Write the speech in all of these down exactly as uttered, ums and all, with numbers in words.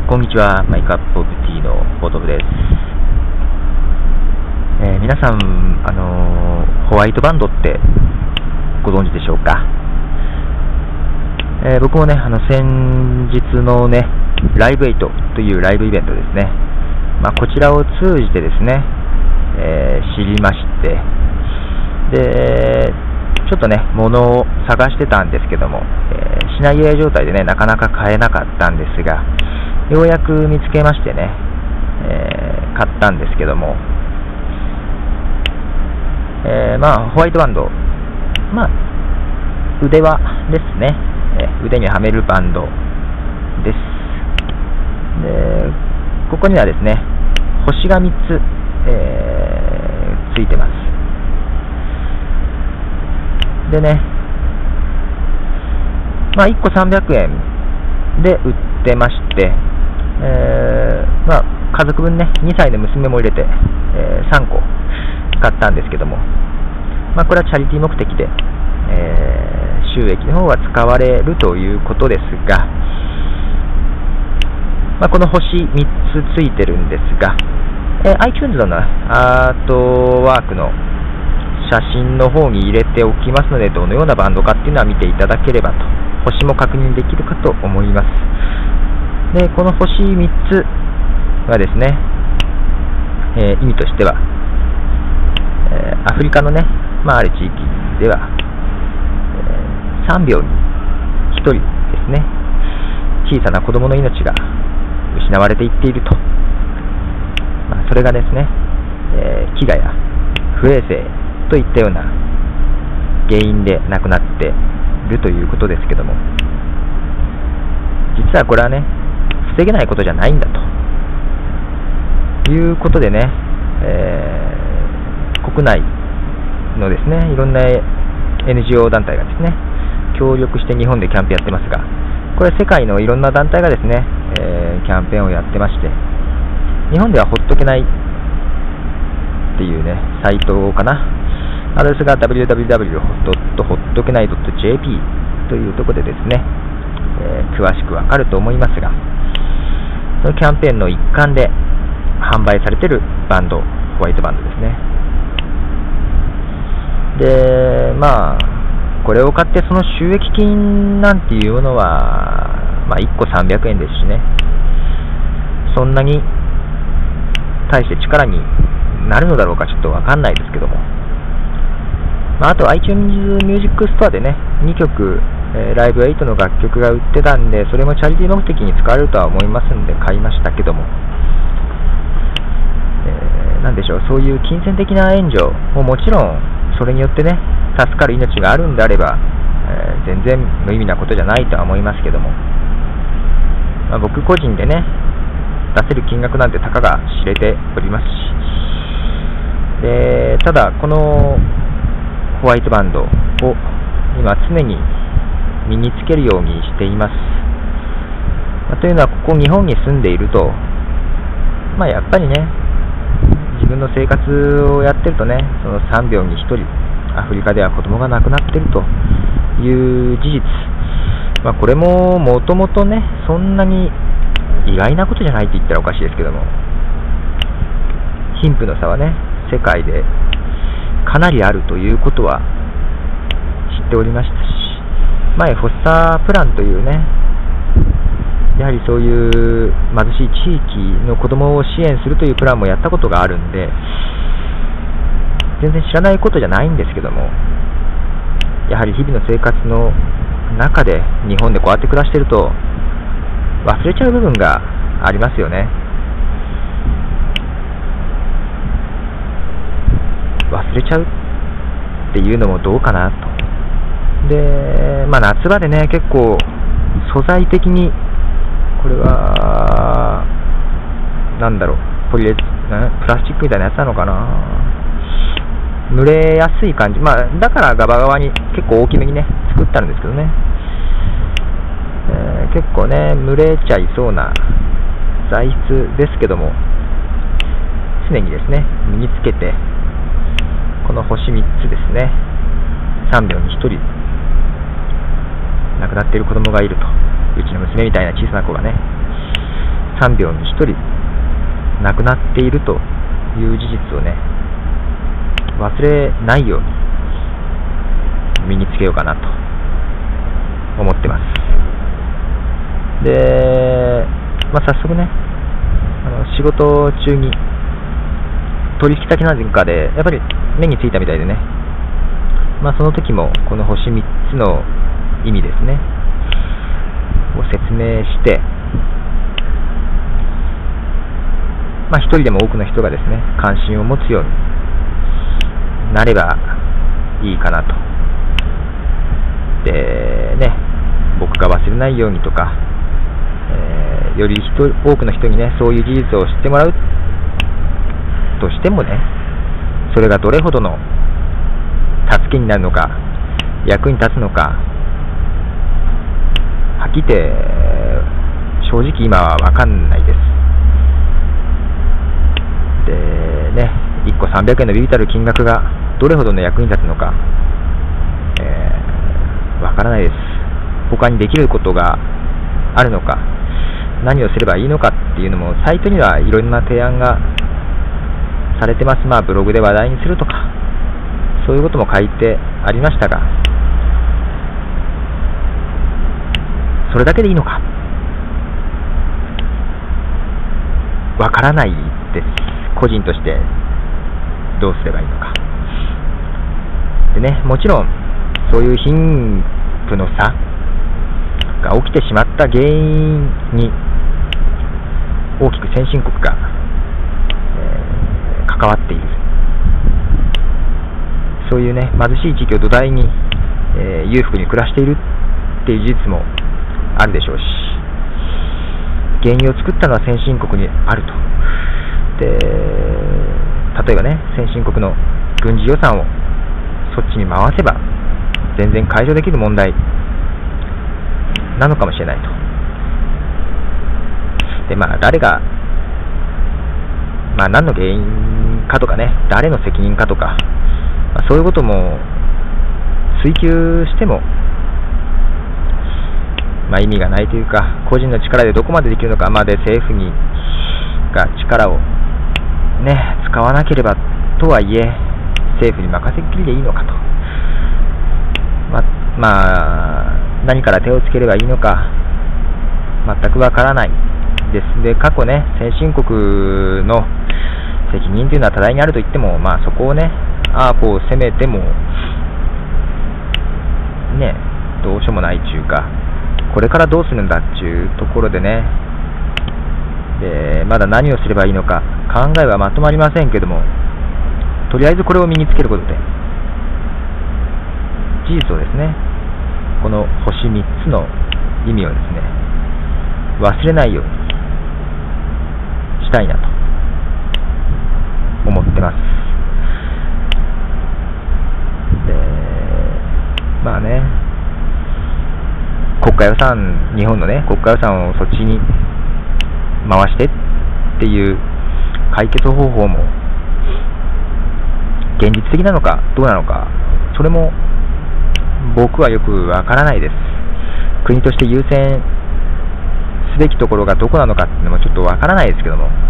こんにちは、マイカップオブティーのボトムです。えー、皆さん、あのー、ホワイトバンドってご存知でしょうか。えー、僕もね、あの先日のね、ライブエイトというライブイベントですね、まあ、こちらを通じてですね、えー、知りまして、で、ちょっとね、物を探してたんですけども、えー、品切れ状態でね、なかなか買えなかったんですが、ようやく見つけましてね、えー、買ったんですけども、えー、まあホワイトバンド、まあ腕輪ですね、えー、腕にはめるバンドです。で、ここにはですね、星がみっつ、えー、ついてます。でね、まあいっこさんびゃくえんで売ってまして、えー、まあ家族分ね、にさいの娘も入れて、えー、さんこ買ったんですけども、まあこれはチャリティー目的で、えー、収益の方は使われるということですが、まあ、この星みっつついてるんですが、えー、iTunes のアートワークの写真の方に入れておきますので、どのようなバンドかっていうのは見ていただければと、星も確認できるかと思います。で、この星みっつはですね、えー、意味としては、えー、アフリカのね、まあ、ある地域では、えー、さんびょうにひとりですね、小さな子供の命が失われていっていると、まあ、それがですね、えー、飢餓や不衛生といったような原因で亡くなっているということですけども、実はこれはね、防げないことじゃないんだということでね、えー、国内のですね、いろんな エヌジーオー 団体がですね、協力して日本でキャンペーンやってますが、これ世界のいろんな団体がですね、えー、キャンペーンをやってまして、日本ではほっとけないっていうね、サイトかな、アドレスが ダブリューダブリューダブリュードットホットケナイドットジェーピー というところでですね、えー、詳しくわかると思いますが、そのキャンペーンの一環で販売されているバンド、ホワイトバンドですね。で、まあこれを買ってその収益金なんていうのは、まあ、いっこさんびゃくえんですしね、そんなに大して力になるのだろうかちょっとわかんないですけども、まあ、あと iTunes Music Store でね、にきょく、えー、ライブエイトの楽曲が売ってたんで、それもチャリティー目的に使われるとは思いますんで買いましたけども、えー、なんでしょう、そういう金銭的な援助ももちろんそれによってね、助かる命があるんであれば、えー、全然無意味なことじゃないとは思いますけども、まあ、僕個人でね、出せる金額なんてたかが知れておりますし、で、ただこのホワイトバンドを今常に身につけるようにしています。まあ、というのは、ここ日本に住んでいると、まあ、やっぱりね、自分の生活をやってるとね、そのさんびょうにひとり、アフリカでは子供が亡くなっているという事実、まあ、これももともとね、そんなに意外なことじゃないって言ったらおかしいですけども、貧富の差はね、世界でかなりあるということは知っておりましたし、前フォスタープランというね、やはりそういう貧しい地域の子供を支援するというプランもやったことがあるんで、全然知らないことじゃないんですけども、やはり日々の生活の中で日本でこうやって暮らしていると忘れちゃう部分がありますよね。忘れちゃうっていうのもどうかなと。で、まあ夏場でね、結構素材的にこれはなんだろう、ポリエプラスチックみたいなやつなのかな、濡れやすい感じ、まあだからガバガバに結構大きめにね作ったんですけどね、えー、結構ね蒸れちゃいそうな材質ですけども、常にですね身につけて、この星みっつですね、さんびょうにひとり亡くなっている子供がいると、うちの娘みたいな小さな子がね、 さんびょうにひとり亡くなっているという事実をね、忘れないように身につけようかなと思ってます。で、まあ、早速ね、あの仕事中に取引先なんかでやっぱり目についたみたいでね、まあ、その時もこの星みっつの意味ですねを説明して、まあ、一人でも多くの人がですね関心を持つようになればいいかなと。でね、僕が忘れないようにとか、えー、より人多くの人にねそういう事実を知ってもらうとしてもね、それがどれほどの助けになるのか、役に立つのか、はっきり言って正直今は分かんないです。でね、いっこさんびゃくえんのビビたる金額がどれほどの役に立つのか、えー、分からないです。他にできることがあるのか、何をすればいいのかっていうのもサイトにはいろんな提案がされてます。まあブログで話題にするとかそういうことも書いてありましたが、それだけでいいのかわからないです。個人としてどうすればいいのかでね、もちろんそういう貧富の差が起きてしまった原因に大きく先進国が、えー、関わっている。そういうね貧しい地域を土台に、えー、裕福に暮らしているっていう事実もあるでしょうし、原因を作ったのは先進国にあると。で、例えばね、先進国の軍事予算をそっちに回せば全然解消できる問題なのかもしれないと。で、まあ誰が、まあ何の原因かとかね、誰の責任かとか、まあ、そういうことも追求しても、まあ、意味がないというか、個人の力でどこまでできるのか、まで政府にが力を、ね、使わなければとはいえ政府に任せっきりでいいのかと、ま、まあ何から手をつければいいのか全くわからないです。で、過去ね先進国の責任というのは多大にあると言っても、まあ、そこをねああこう責めてもねどうしようもないというか、これからどうするんだっていうところでね、でまだ何をすればいいのか考えはまとまりませんけども、とりあえずこれを身につけることで事実をですね、この星みっつの意味をですね忘れないようにしたいなと思ってます。で、まあね、国家予算、日本のね国家予算をそっちに回してっていう解決方法も現実的なのかどうなのか、それも僕はよくわからないです。国として優先すべきところがどこなのかっていうのもちょっとわからないですけども、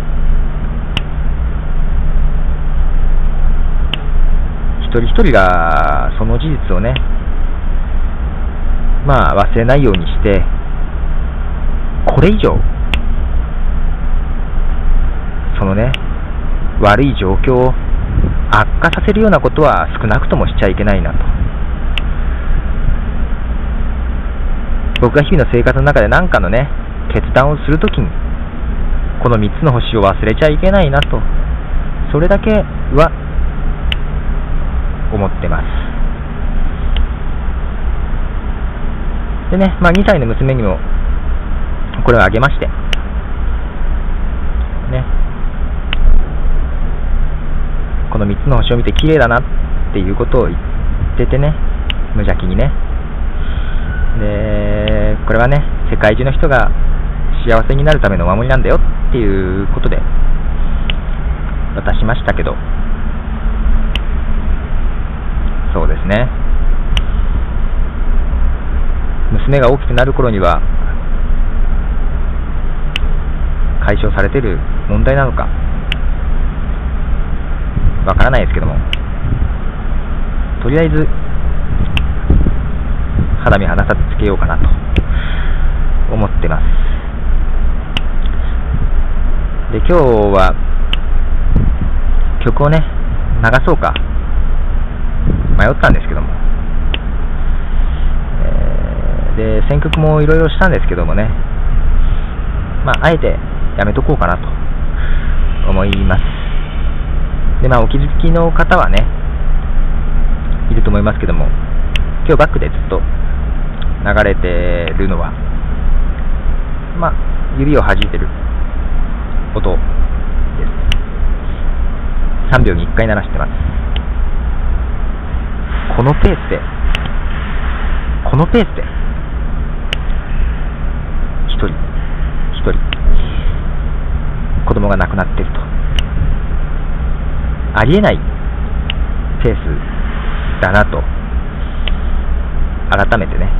一人一人がその事実をねまあ忘れないようにして、これ以上そのね悪い状況を悪化させるようなことは少なくともしちゃいけないなと。僕が日々の生活の中で何かのね決断をするときにこのみっつの星を忘れちゃいけないなと、それだけは思ってます。でね、まあ、にさいの娘にもこれをあげましてね、このみっつの星を見て綺麗だなっていうことを言っててね、無邪気にね。で、これはね世界中の人が幸せになるためのお守りなんだよっていうことで渡しましたけど、そうですね、娘が大きくなる頃には解消されている問題なのかわからないですけども、とりあえず肌身離さずつけようかなと思ってます。で、今日は曲をね流そうか迷ったんですけども、えー、で選曲もいろいろしたんですけどもね、まああえてやめとこうかなと思います。で、まあお気づきの方はねいると思いますけども、今日バックでずっと流れてるのは、まあ指を弾いてる音です。さんびょうにいっかい鳴らしてます。このペースでこのペースで一人一人子供が亡くなっていると、ありえないペースだなと改めてね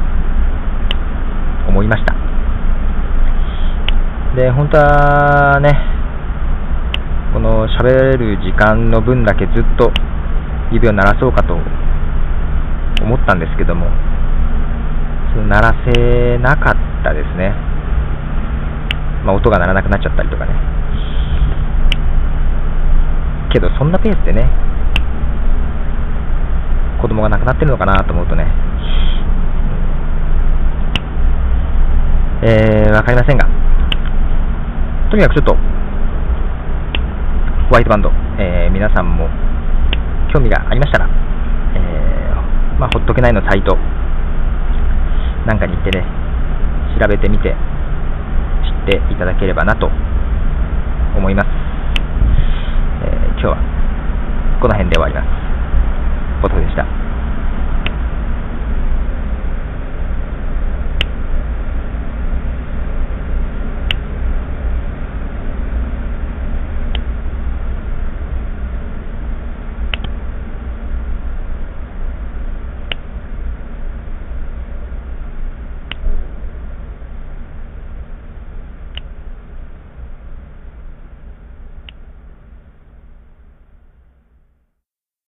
思いました。で、本当はねこの喋れる時間の分だけずっと指を鳴らそうかと思ったんですけども、その鳴らせなかったですね。まあ、音が鳴らなくなっちゃったりとかね。けどそんなペースでね子供が亡くなってるのかなと思うとね、えー、わかりませんが、とにかくちょっとホワイトバンド、えー、皆さんも興味がありましたら、えーまあ、ほっとけないのサイトなんかに行ってね調べてみて知っていただければなと思います。えー、今日はこの辺で終わります。ポトフでした。